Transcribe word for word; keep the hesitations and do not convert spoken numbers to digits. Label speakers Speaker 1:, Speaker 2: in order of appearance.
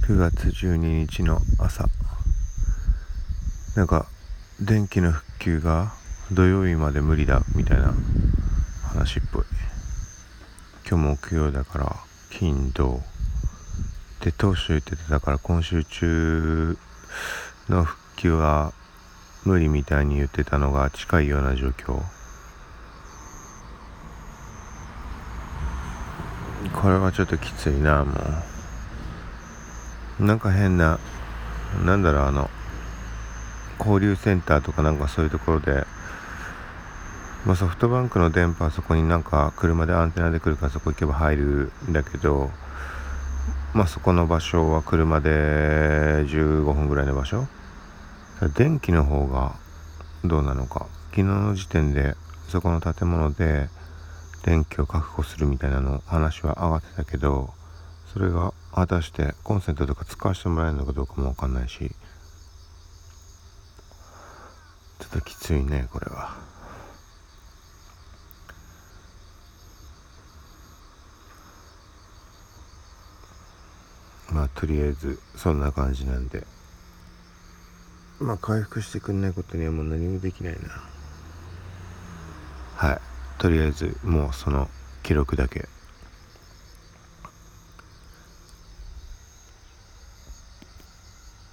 Speaker 1: くがつじゅうににちの朝、なんか電気の復旧が土曜日まで無理だみたいな話っぽい。今日木曜だから金土で、当初言ってたから今週中の復旧は無理みたいに言ってたのが近いような状況。これはちょっときついな。もうなんか変な、なんだろう、あの交流センターとかなんかそういうところで、まあ、ソフトバンクの電波はそこになんか車でアンテナで来るからそこ行けば入るんだけど、まあそこの場所は車でじゅうごふんぐらいの場所。電気の方がどうなのか、昨日の時点でそこの建物で電気を確保するみたいなの話は上がってたけど、それが果たしてコンセントとか使わせてもらえるのかどうかもわかんないし、ちょっときついねこれは。まあとりあえずそんな感じなんで、まあ回復してくんないことにはもう何もできないな。はい、とりあえずもうその記録だけ